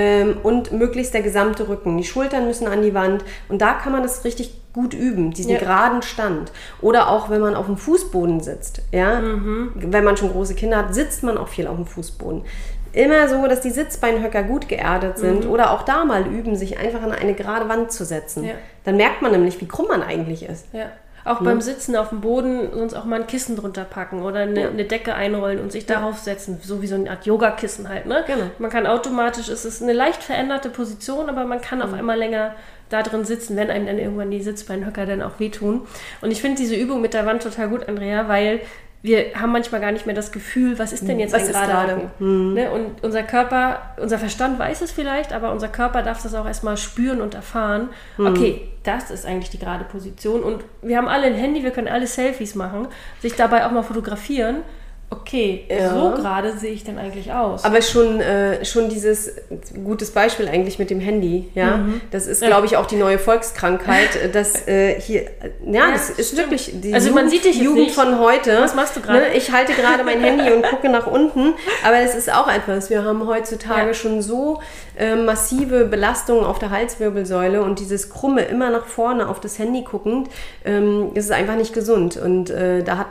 Speaker 3: und möglichst der gesamte Rücken. Die Schultern müssen an die Wand und da kann man das richtig gut üben, diesen geraden Stand. Oder auch, wenn man auf dem Fußboden sitzt. Ja? Wenn man schon große Kinder hat, sitzt man auch viel auf dem Fußboden. Immer so, dass die Sitzbeinhöcker gut geerdet sind. Oder auch da mal üben, sich einfach an eine gerade Wand zu setzen. Ja. Dann merkt man nämlich, wie krumm man eigentlich ist.
Speaker 4: Ja. Auch beim Sitzen auf dem Boden sonst auch mal ein Kissen drunter packen oder eine Decke einrollen und sich darauf setzen. So wie so eine Art Yogakissen halt. Ne?
Speaker 3: Genau.
Speaker 4: Man kann automatisch, es ist eine leicht veränderte Position, aber man kann auf einmal länger da drin sitzen, wenn einem dann irgendwann die Sitzbeinhöcker dann auch wehtun. Und ich finde diese Übung mit der Wand total gut, Andrea, weil wir haben manchmal gar nicht mehr das Gefühl, was ist denn jetzt ein gerader Rücken? Ne? Und unser Körper, unser Verstand weiß es vielleicht, aber unser Körper darf das auch erstmal spüren und erfahren. Okay, das ist eigentlich die gerade Position. Und wir haben alle ein Handy, wir können alle Selfies machen, sich dabei auch mal fotografieren. okay,
Speaker 3: Ja.
Speaker 4: so gerade sehe ich dann eigentlich aus.
Speaker 3: Aber schon dieses gutes Beispiel eigentlich mit dem Handy, ja. Das ist, glaube ich, auch die neue Volkskrankheit, dass hier, das ist
Speaker 4: stimmt.
Speaker 3: wirklich die
Speaker 4: Also man sieht dich jetzt
Speaker 3: Jugend
Speaker 4: nicht.
Speaker 3: von heute.
Speaker 4: Was machst du gerade?
Speaker 3: Ne? Ich halte gerade mein Handy und gucke nach unten, aber es ist auch etwas. Wir haben heutzutage schon so massive Belastungen auf der Halswirbelsäule und dieses krumme, immer nach vorne auf das Handy guckend, das ist einfach nicht gesund. Und da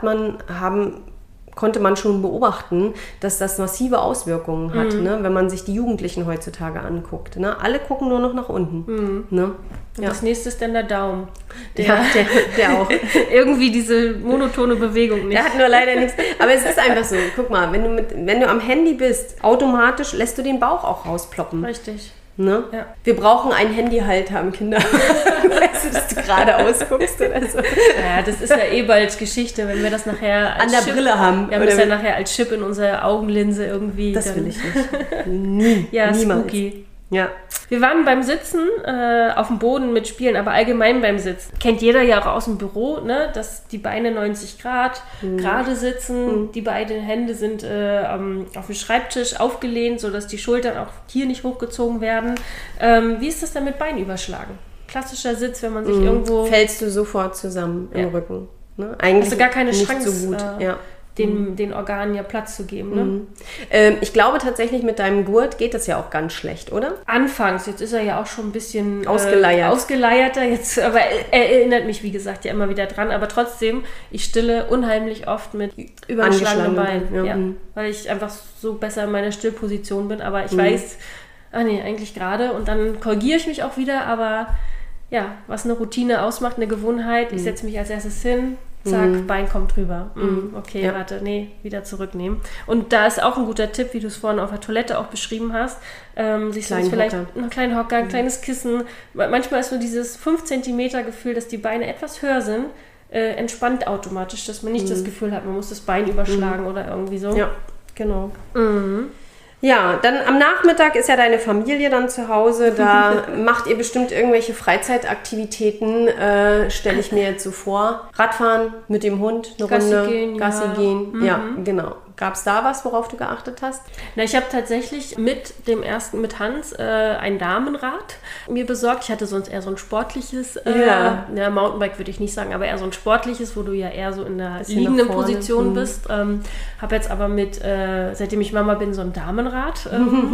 Speaker 3: konnte man schon beobachten, dass das massive Auswirkungen hat, ne? Wenn man sich die Jugendlichen heutzutage anguckt. Ne? Alle gucken nur noch nach unten. Ne?
Speaker 4: Und das nächste ist dann der Daumen.
Speaker 3: Der auch.
Speaker 4: Irgendwie diese monotone Bewegung nicht.
Speaker 3: Der hat nur leider nichts. Aber es ist einfach so. Guck mal, wenn du am Handy bist, automatisch lässt du den Bauch auch rausploppen.
Speaker 4: Richtig.
Speaker 3: Ne?
Speaker 4: Ja.
Speaker 3: Wir brauchen einen Handyhalter am Kinderwagen. Weißt du, dass du gerade ausguckst oder so.
Speaker 4: Ja, das ist ja eh bald Geschichte, wenn wir das nachher als
Speaker 3: An der
Speaker 4: Chip,
Speaker 3: Brille haben.
Speaker 4: Wir haben das ja nachher als Chip in unserer Augenlinse irgendwie.
Speaker 3: Das will ich nicht.
Speaker 4: Ja,
Speaker 3: Niemals.
Speaker 4: spooky.
Speaker 3: Ja.
Speaker 4: Wir waren beim Sitzen auf dem Boden mit Spielen, aber allgemein beim Sitzen. Kennt jeder ja auch aus dem Büro, ne? Dass die Beine 90 Grad gerade sitzen, die beiden Hände sind auf dem Schreibtisch aufgelehnt, sodass die Schultern auch hier nicht hochgezogen werden. Wie ist das denn mit Beinüberschlagen? Klassischer Sitz, wenn man sich irgendwo...
Speaker 3: Fällst du sofort zusammen im Rücken. Ne?
Speaker 4: Eigentlich hast du gar keine
Speaker 3: nicht
Speaker 4: Chance,
Speaker 3: so gut.
Speaker 4: den Organen ja Platz zu geben. Ne?
Speaker 3: Ich glaube tatsächlich, mit deinem Gurt geht das ja auch ganz schlecht, oder?
Speaker 4: Anfangs, jetzt ist er ja auch schon ein bisschen
Speaker 3: ausgeleiert.
Speaker 4: jetzt, aber er erinnert mich, wie gesagt, ja immer wieder dran. Aber trotzdem, ich stille unheimlich oft mit übergeschlagenen Beinen. Ja. Weil ich einfach so besser in meiner Stillposition bin. Aber ich weiß, eigentlich gerade. Und dann korrigiere ich mich auch wieder. Aber ja, was eine Routine ausmacht, eine Gewohnheit. Ich setze mich als erstes hin. Zack, Bein kommt drüber. Okay, warte, wieder zurücknehmen. Und da ist auch ein guter Tipp, wie du es vorhin auf der Toilette auch beschrieben hast, sich sonst vielleicht einen kleinen Hocker, ein kleines Kissen. Manchmal ist so dieses 5 cm Gefühl, dass die Beine etwas höher sind, entspannt automatisch, dass man nicht das Gefühl hat, man muss das Bein überschlagen oder irgendwie so.
Speaker 3: Ja, genau. Ja, dann am Nachmittag ist ja deine Familie dann zu Hause. Da macht ihr bestimmt irgendwelche Freizeitaktivitäten, stelle ich mir jetzt so vor. Radfahren mit dem Hund, eine Runde, Gassi gehen. Ja, genau. Gab es da was, worauf du geachtet hast?
Speaker 4: Na, ich habe tatsächlich mit Hans ein Damenrad mir besorgt. Ich hatte sonst eher so ein sportliches, Mountainbike würde ich nicht sagen, aber eher so ein sportliches, wo du ja eher so in der liegenden Position bist. Habe jetzt aber seitdem ich Mama bin, so ein Damenrad.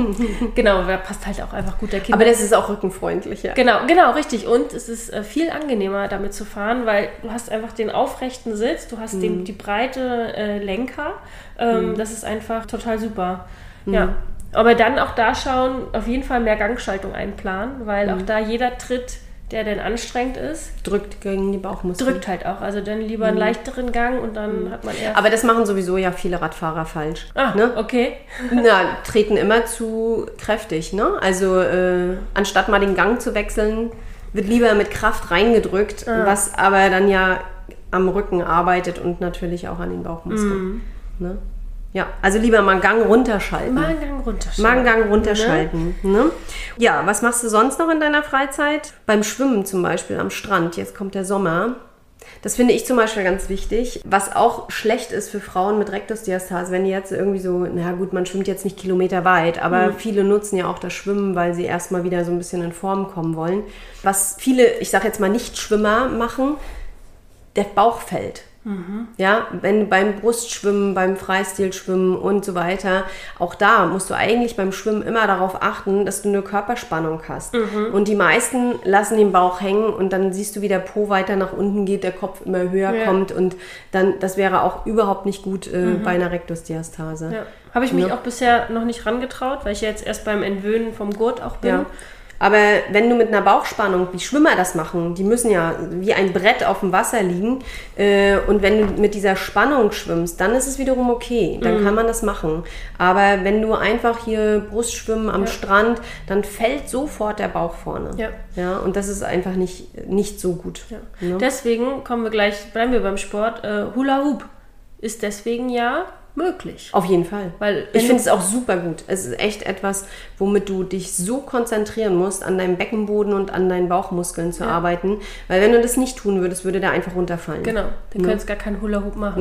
Speaker 4: Genau, da passt halt auch einfach gut der Kinder.
Speaker 3: Aber das ist auch rückenfreundlich, ja.
Speaker 4: Genau, richtig. Und es ist viel angenehmer, damit zu fahren, weil du hast einfach den aufrechten Sitz, du hast die breite Lenker. Das ist einfach total super. Ja. Aber dann auch da schauen, auf jeden Fall mehr Gangschaltung einplanen, weil auch da jeder Tritt, der denn anstrengend ist,
Speaker 3: drückt gegen die Bauchmuskeln.
Speaker 4: Drückt halt auch. Also dann lieber einen leichteren Gang und dann hat man eher...
Speaker 3: Aber das machen sowieso ja viele Radfahrer falsch.
Speaker 4: Okay.
Speaker 3: Treten immer zu kräftig, ne? Also anstatt mal den Gang zu wechseln, wird lieber mit Kraft reingedrückt, was aber dann ja am Rücken arbeitet und natürlich auch an den Bauchmuskeln. Ne? Ja, also lieber mal einen Gang runterschalten.
Speaker 4: Mal einen Gang runterschalten.
Speaker 3: Ne? Ja, was machst du sonst noch in deiner Freizeit? Beim Schwimmen zum Beispiel am Strand, jetzt kommt der Sommer. Das finde ich zum Beispiel ganz wichtig. Was auch schlecht ist für Frauen mit Rektusdiastase, wenn die jetzt irgendwie so, na gut, man schwimmt jetzt nicht kilometerweit, aber viele nutzen ja auch das Schwimmen, weil sie erstmal wieder so ein bisschen in Form kommen wollen. Was viele, ich sage jetzt mal Nicht-Schwimmer machen, der Bauch fällt. Ja, wenn beim Brustschwimmen, beim Freistilschwimmen und so weiter, auch da musst du eigentlich beim Schwimmen immer darauf achten, dass du eine Körperspannung hast. Und die meisten lassen den Bauch hängen und dann siehst du, wie der Po weiter nach unten geht, der Kopf immer höher kommt und dann, das wäre auch überhaupt nicht gut bei einer Rektusdiastase.
Speaker 4: Ja. Habe ich mich auch bisher noch nicht rangetraut, weil ich ja jetzt erst beim Entwöhnen vom Gurt auch bin.
Speaker 3: Ja. Aber wenn du mit einer Bauchspannung, wie Schwimmer das machen, die müssen ja wie ein Brett auf dem Wasser liegen und wenn du mit dieser Spannung schwimmst, dann ist es wiederum okay, dann kann man das machen. Aber wenn du einfach hier Brustschwimmen am Strand, dann fällt sofort der Bauch vorne. Ja, und das ist einfach nicht so gut.
Speaker 4: Ja. Ne? Deswegen bleiben wir beim Sport, Hula Hoop ist deswegen ja möglich.
Speaker 3: Auf jeden Fall. Weil ich finde es auch super gut. Es ist echt etwas, womit du dich so konzentrieren musst, an deinem Beckenboden und an deinen Bauchmuskeln zu arbeiten. Weil wenn du das nicht tun würdest, würde der einfach runterfallen.
Speaker 4: Genau. Dann könntest gar keinen Hula-Hoop machen.
Speaker 3: Nee.
Speaker 4: Ne?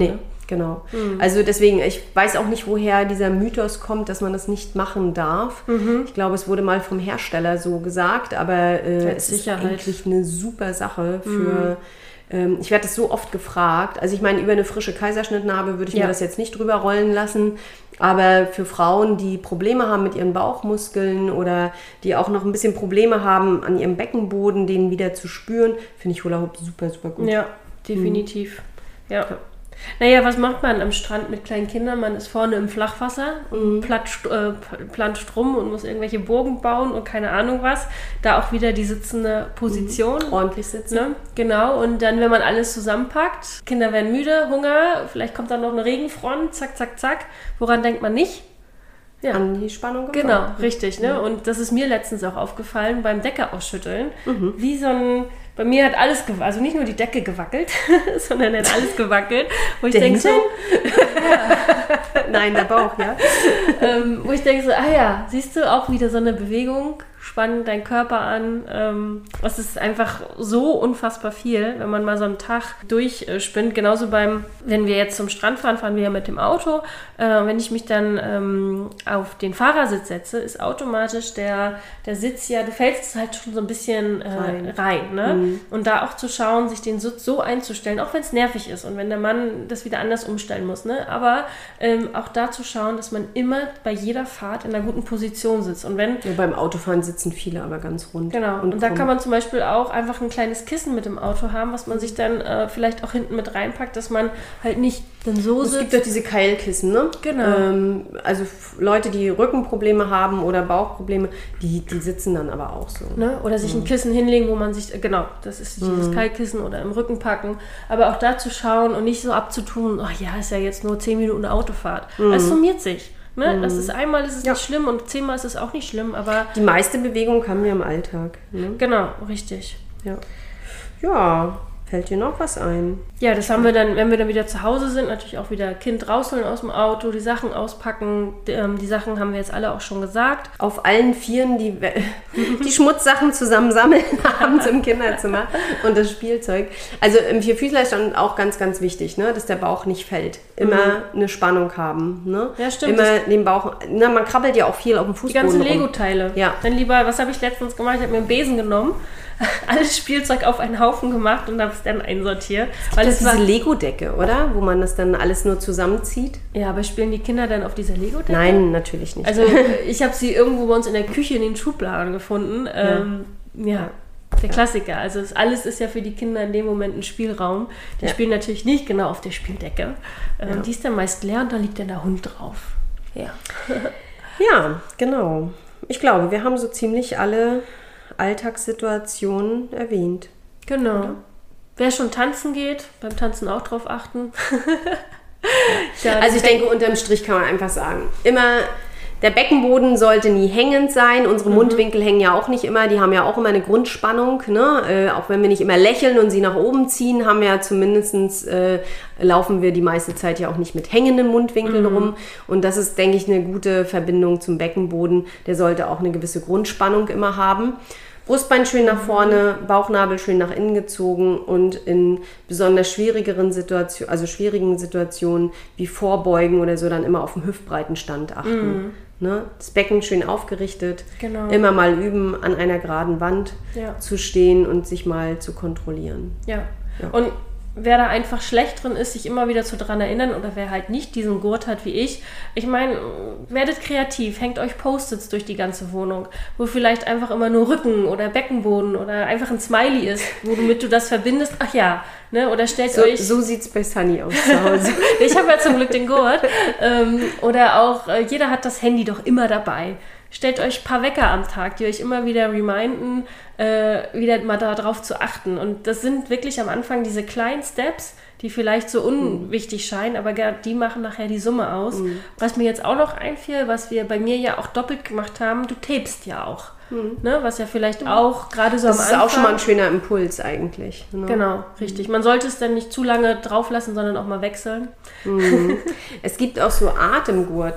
Speaker 3: Genau. Also deswegen, ich weiß auch nicht, woher dieser Mythos kommt, dass man das nicht machen darf. Ich glaube, es wurde mal vom Hersteller so gesagt, aber es ist eigentlich eine super Sache für... Ich werde das so oft gefragt. Also ich meine, über eine frische Kaiserschnittnarbe würde ich mir das jetzt nicht drüber rollen lassen. Aber für Frauen, die Probleme haben mit ihren Bauchmuskeln oder die auch noch ein bisschen Probleme haben, an ihrem Beckenboden den wieder zu spüren, finde ich Hula Hoop super, super gut.
Speaker 4: Ja, definitiv. Ja. Naja, was macht man am Strand mit kleinen Kindern? Man ist vorne im Flachwasser und planscht rum und muss irgendwelche Burgen bauen und keine Ahnung was. Da auch wieder die sitzende Position.
Speaker 3: Ordentlich sitzen.
Speaker 4: Ne? Genau, und dann, wenn man alles zusammenpackt, Kinder werden müde, Hunger, vielleicht kommt dann noch eine Regenfront, zack, zack, zack. Woran denkt man nicht? Ja.
Speaker 3: An die Spannung gefahren.
Speaker 4: Genau, richtig. Ne? Und das ist mir letztens auch aufgefallen beim Decke ausschütteln. Wie so ein... Bei mir hat alles gewackelt, also nicht nur die Decke gewackelt, sondern hat alles gewackelt. Wo ich denke so...
Speaker 3: Nein, der Bauch, ja.
Speaker 4: Wo ich denke so, siehst du, auch wieder so eine Bewegung, spann deinen Körper an. Es ist einfach so unfassbar viel, wenn man mal so einen Tag durchspinnt. Genauso wenn wir jetzt zum Strand fahren, fahren wir ja mit dem Auto. Wenn ich mich dann auf den Fahrersitz setze, ist automatisch der Sitz ja, du fällst halt schon so ein bisschen rein. Ne? Und da auch zu schauen, sich den Sitz so einzustellen, auch wenn es nervig ist und wenn der Mann das wieder anders umstellen muss. Ne? Aber auch da zu schauen, dass man immer bei jeder Fahrt in einer guten Position sitzt. Und wenn
Speaker 3: beim Autofahren sitzen viele aber ganz rund.
Speaker 4: Genau. Und da kann man zum Beispiel auch einfach ein kleines Kissen mit im Auto haben, was man sich dann vielleicht auch hinten mit reinpackt, dass man halt nicht dann so sitzt.
Speaker 3: Es gibt doch diese Keilkissen, ne?
Speaker 4: Genau.
Speaker 3: Also Leute, die Rückenprobleme haben oder Bauchprobleme, die sitzen dann aber auch so.
Speaker 4: Ne? Oder sich ein Kissen hinlegen, wo man sich, genau, das ist dieses Keilkissen oder im Rücken packen. Aber auch da zu schauen und nicht so abzutun, ist ja jetzt nur 10 Minuten Autofahrt. Es summiert sich. Ne? Das ist einmal ist es nicht schlimm und 10-mal ist es auch nicht schlimm, aber...
Speaker 3: Die meiste Bewegung haben wir im Alltag. Ne?
Speaker 4: Genau, richtig.
Speaker 3: Ja, fällt dir noch was ein?
Speaker 4: Ja, das haben wir dann, wenn wir dann wieder zu Hause sind, natürlich auch wieder Kind rausholen aus dem Auto, die Sachen auspacken. Die Sachen haben wir jetzt alle auch schon gesagt.
Speaker 3: Auf allen Vieren die Schmutzsachen zusammensammeln abends im Kinderzimmer und das Spielzeug. Also im Vierfüßler ist dann auch ganz, ganz wichtig, ne, dass der Bauch nicht fällt. Immer eine Spannung haben. Ne?
Speaker 4: Ja, stimmt.
Speaker 3: Immer den Bauch, man krabbelt ja auch viel auf dem Fußboden.
Speaker 4: Die ganzen Lego-Teile.
Speaker 3: Ja.
Speaker 4: Dann lieber, was habe ich letztens gemacht? Ich habe mir einen Besen genommen, alles Spielzeug auf einen Haufen gemacht und habe es dann einsortiert.
Speaker 3: Weil es diese Lego-Decke, oder? Wo man das dann alles nur zusammenzieht.
Speaker 4: Ja, aber spielen die Kinder dann auf dieser Lego-Decke?
Speaker 3: Nein, natürlich nicht.
Speaker 4: Also ich habe sie irgendwo bei uns in der Küche in den Schubladen gefunden. Der Klassiker. Also alles ist ja für die Kinder in dem Moment ein Spielraum. Die spielen natürlich nicht genau auf der Spieldecke. Die ist dann meist leer und da liegt dann der Hund drauf. Ja.
Speaker 3: Ja, genau. Ich glaube, wir haben so ziemlich alle Alltagssituationen erwähnt.
Speaker 4: Genau. Oder? Wer schon tanzen geht, beim Tanzen auch drauf achten.
Speaker 3: Also ich denke, unterm Strich kann man einfach sagen, immer der Beckenboden sollte nie hängend sein. Unsere Mundwinkel hängen ja auch nicht immer, die haben ja auch immer eine Grundspannung. Ne? Auch wenn wir nicht immer lächeln und sie nach oben ziehen, haben wir ja zumindest, laufen wir die meiste Zeit ja auch nicht mit hängenden Mundwinkeln rum. Und das ist, denke ich, eine gute Verbindung zum Beckenboden. Der sollte auch eine gewisse Grundspannung immer haben. Brustbein schön nach vorne, Bauchnabel schön nach innen gezogen und in besonders schwierigen Situationen wie Vorbeugen oder so dann immer auf den Hüftbreitenstand achten. Ne? Das Becken schön aufgerichtet, immer mal üben, an einer geraden Wand zu stehen und sich mal zu kontrollieren.
Speaker 4: Ja. Und wer da einfach schlecht drin ist, sich immer wieder dran erinnern oder wer halt nicht diesen Gurt hat wie ich meine, werdet kreativ, hängt euch Post-its durch die ganze Wohnung, wo vielleicht einfach immer nur Rücken oder Beckenboden oder einfach ein Smiley ist, womit du das verbindest. Ach ja, ne? Oder stellt euch...
Speaker 3: So sieht's bei Sunny aus zu Hause.
Speaker 4: Ich habe ja zum Glück den Gurt. Oder auch, jeder hat das Handy doch immer dabei. Stellt euch ein paar Wecker am Tag, die euch immer wieder reminden, wieder mal darauf zu achten. Und das sind wirklich am Anfang diese kleinen Steps, die vielleicht so unwichtig scheinen, aber die machen nachher die Summe aus. Was mir jetzt auch noch einfiel, was wir bei mir ja auch doppelt gemacht haben, du tapest ja auch. Ne, was ja vielleicht auch gerade so am Anfang... Das ist auch
Speaker 3: schon mal ein schöner Impuls eigentlich. Ne?
Speaker 4: Genau, richtig. Man sollte es dann nicht zu lange drauf lassen, sondern auch mal wechseln.
Speaker 3: Es gibt auch so Atemgurte.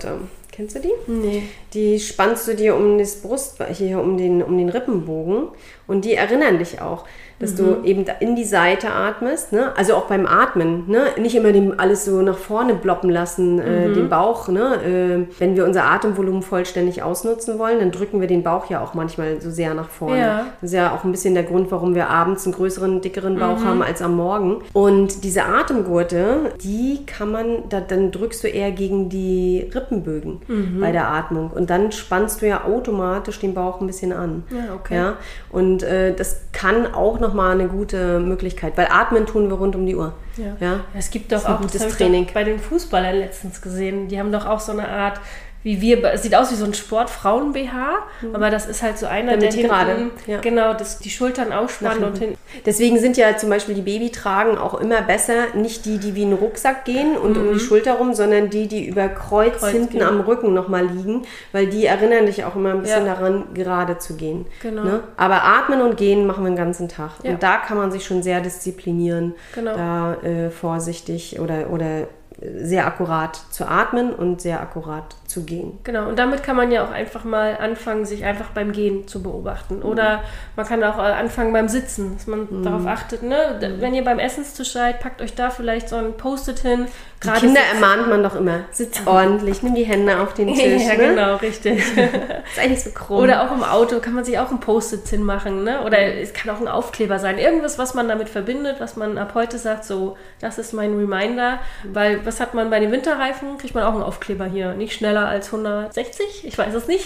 Speaker 3: Kennst du die?
Speaker 4: Nee.
Speaker 3: Die spannst du dir um das um den Rippenbogen und die erinnern dich auch, dass du eben in die Seite atmest, ne? Also auch beim Atmen, ne? Nicht immer alles so nach vorne ploppen lassen, den Bauch, ne? Wenn wir unser Atemvolumen vollständig ausnutzen wollen, dann drücken wir den Bauch ja auch manchmal so sehr nach vorne.
Speaker 4: Ja.
Speaker 3: Das ist ja auch ein bisschen der Grund, warum wir abends einen größeren, dickeren Bauch haben als am Morgen. Und diese Atemgurte, die kann man, dann drückst du eher gegen die Rippenbögen bei der Atmung und dann spannst du ja automatisch den Bauch ein bisschen an.
Speaker 4: Ja, okay.
Speaker 3: Ja? Und das kann auch nochmal eine gute Möglichkeit, weil atmen tun wir rund um die Uhr.
Speaker 4: Ja.
Speaker 3: Ja?
Speaker 4: Es gibt doch
Speaker 3: ein
Speaker 4: auch,
Speaker 3: gutes
Speaker 4: das habe ich
Speaker 3: Training.
Speaker 4: doch bei den Fußballern letztens gesehen, die haben doch auch so eine Art, wie wir, es sieht aus wie so ein Sport-Frauen-BH, aber das ist halt so einer,
Speaker 3: Damit
Speaker 4: der
Speaker 3: die gerade,
Speaker 4: hinten, genau, die Schultern ausspannen und hinten.
Speaker 3: Deswegen sind ja zum Beispiel die Babytragen auch immer besser, nicht die wie ein Rucksack gehen und um die Schulter rum, sondern die über Kreuz hinten
Speaker 4: gehen.
Speaker 3: am Rücken nochmal liegen, weil die erinnern dich auch immer ein bisschen daran, gerade zu gehen.
Speaker 4: Genau.
Speaker 3: Ne? Aber atmen und gehen machen wir den ganzen Tag.
Speaker 4: Ja.
Speaker 3: Und da kann man sich schon sehr disziplinieren,
Speaker 4: Genau.
Speaker 3: da vorsichtig oder sehr akkurat zu atmen und sehr akkurat zu gehen.
Speaker 4: Genau, und damit kann man ja auch einfach mal anfangen, sich einfach beim Gehen zu beobachten. Oder man kann auch anfangen beim Sitzen, dass man darauf achtet, ne? Wenn ihr beim Essenstisch seid, packt euch da vielleicht so ein Post-it hin.
Speaker 3: Die Kinder ermahnt man doch immer, sitz ordentlich, nimm die Hände auf den Tisch.
Speaker 4: Ja,
Speaker 3: ne?
Speaker 4: genau, richtig.
Speaker 3: Ist eigentlich so krumm.
Speaker 4: Oder auch im Auto kann man sich auch ein Post-it hinmachen, ne? Oder es kann auch ein Aufkleber sein. Irgendwas, was man damit verbindet, was man ab heute sagt, so, das ist mein Reminder. Weil, was hat man bei den Winterreifen? Kriegt man auch einen Aufkleber hier. Nicht schneller als 160? Ich weiß es nicht.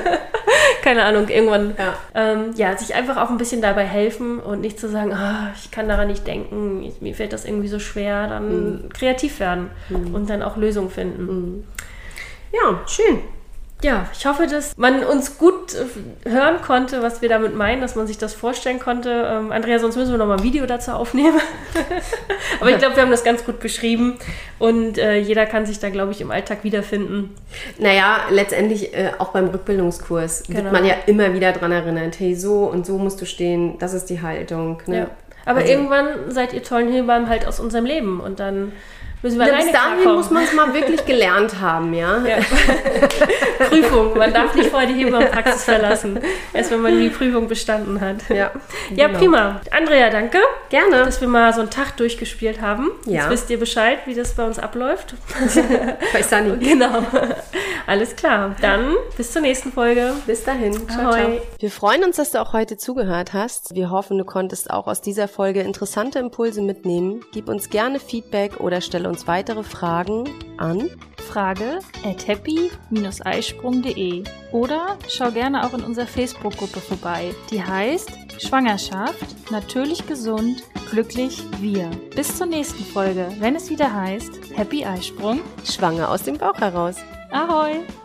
Speaker 4: Keine Ahnung, irgendwann. Ja. Sich einfach auch ein bisschen dabei helfen und nicht zu sagen, ich kann daran nicht denken, mir fällt das irgendwie so schwer. Dann kreativ werden und dann auch Lösungen finden.
Speaker 3: Ja, schön.
Speaker 4: Ja, ich hoffe, dass man uns gut hören konnte, was wir damit meinen, dass man sich das vorstellen konnte. Andrea, sonst müssen wir noch mal ein Video dazu aufnehmen. Aber ich glaube, wir haben das ganz gut beschrieben und jeder kann sich da, glaube ich, im Alltag wiederfinden.
Speaker 3: Naja, letztendlich auch beim Rückbildungskurs wird man ja immer wieder dran erinnert, hey, so und so musst du stehen, das ist die Haltung. Ne?
Speaker 4: Ja. Aber irgendwann seid ihr tollen Hebammen halt aus unserem Leben und dann müssen wir alleine
Speaker 3: bis dahin
Speaker 4: klarkommen.
Speaker 3: muss man es mal wirklich gelernt haben, ja.
Speaker 4: Prüfung. Man darf nicht vorher die Hebammenpraxis verlassen. Erst wenn man die Prüfung bestanden hat.
Speaker 3: Ja, genau.
Speaker 4: Prima. Andrea, danke.
Speaker 3: Gerne.
Speaker 4: Dass wir mal so einen Tag durchgespielt haben.
Speaker 3: Ja.
Speaker 4: Jetzt wisst ihr Bescheid, wie das bei uns abläuft.
Speaker 3: Bei Sunny.
Speaker 4: Genau. Alles klar. Dann bis zur nächsten Folge.
Speaker 3: Bis dahin. Ciao,
Speaker 4: Ahoi.
Speaker 3: ciao. Wir freuen uns, dass du auch heute zugehört hast. Wir hoffen, du konntest auch aus dieser Folge interessante Impulse mitnehmen. Gib uns gerne Feedback oder stelle uns weitere Fragen an
Speaker 2: frage@happy-eisprung.de oder schau gerne auch in unserer Facebook-Gruppe vorbei. Die heißt Schwangerschaft, natürlich gesund, glücklich wir. Bis zur nächsten Folge, wenn es wieder heißt Happy Eisprung,
Speaker 3: Schwanger aus dem Bauch heraus.
Speaker 2: Ahoi!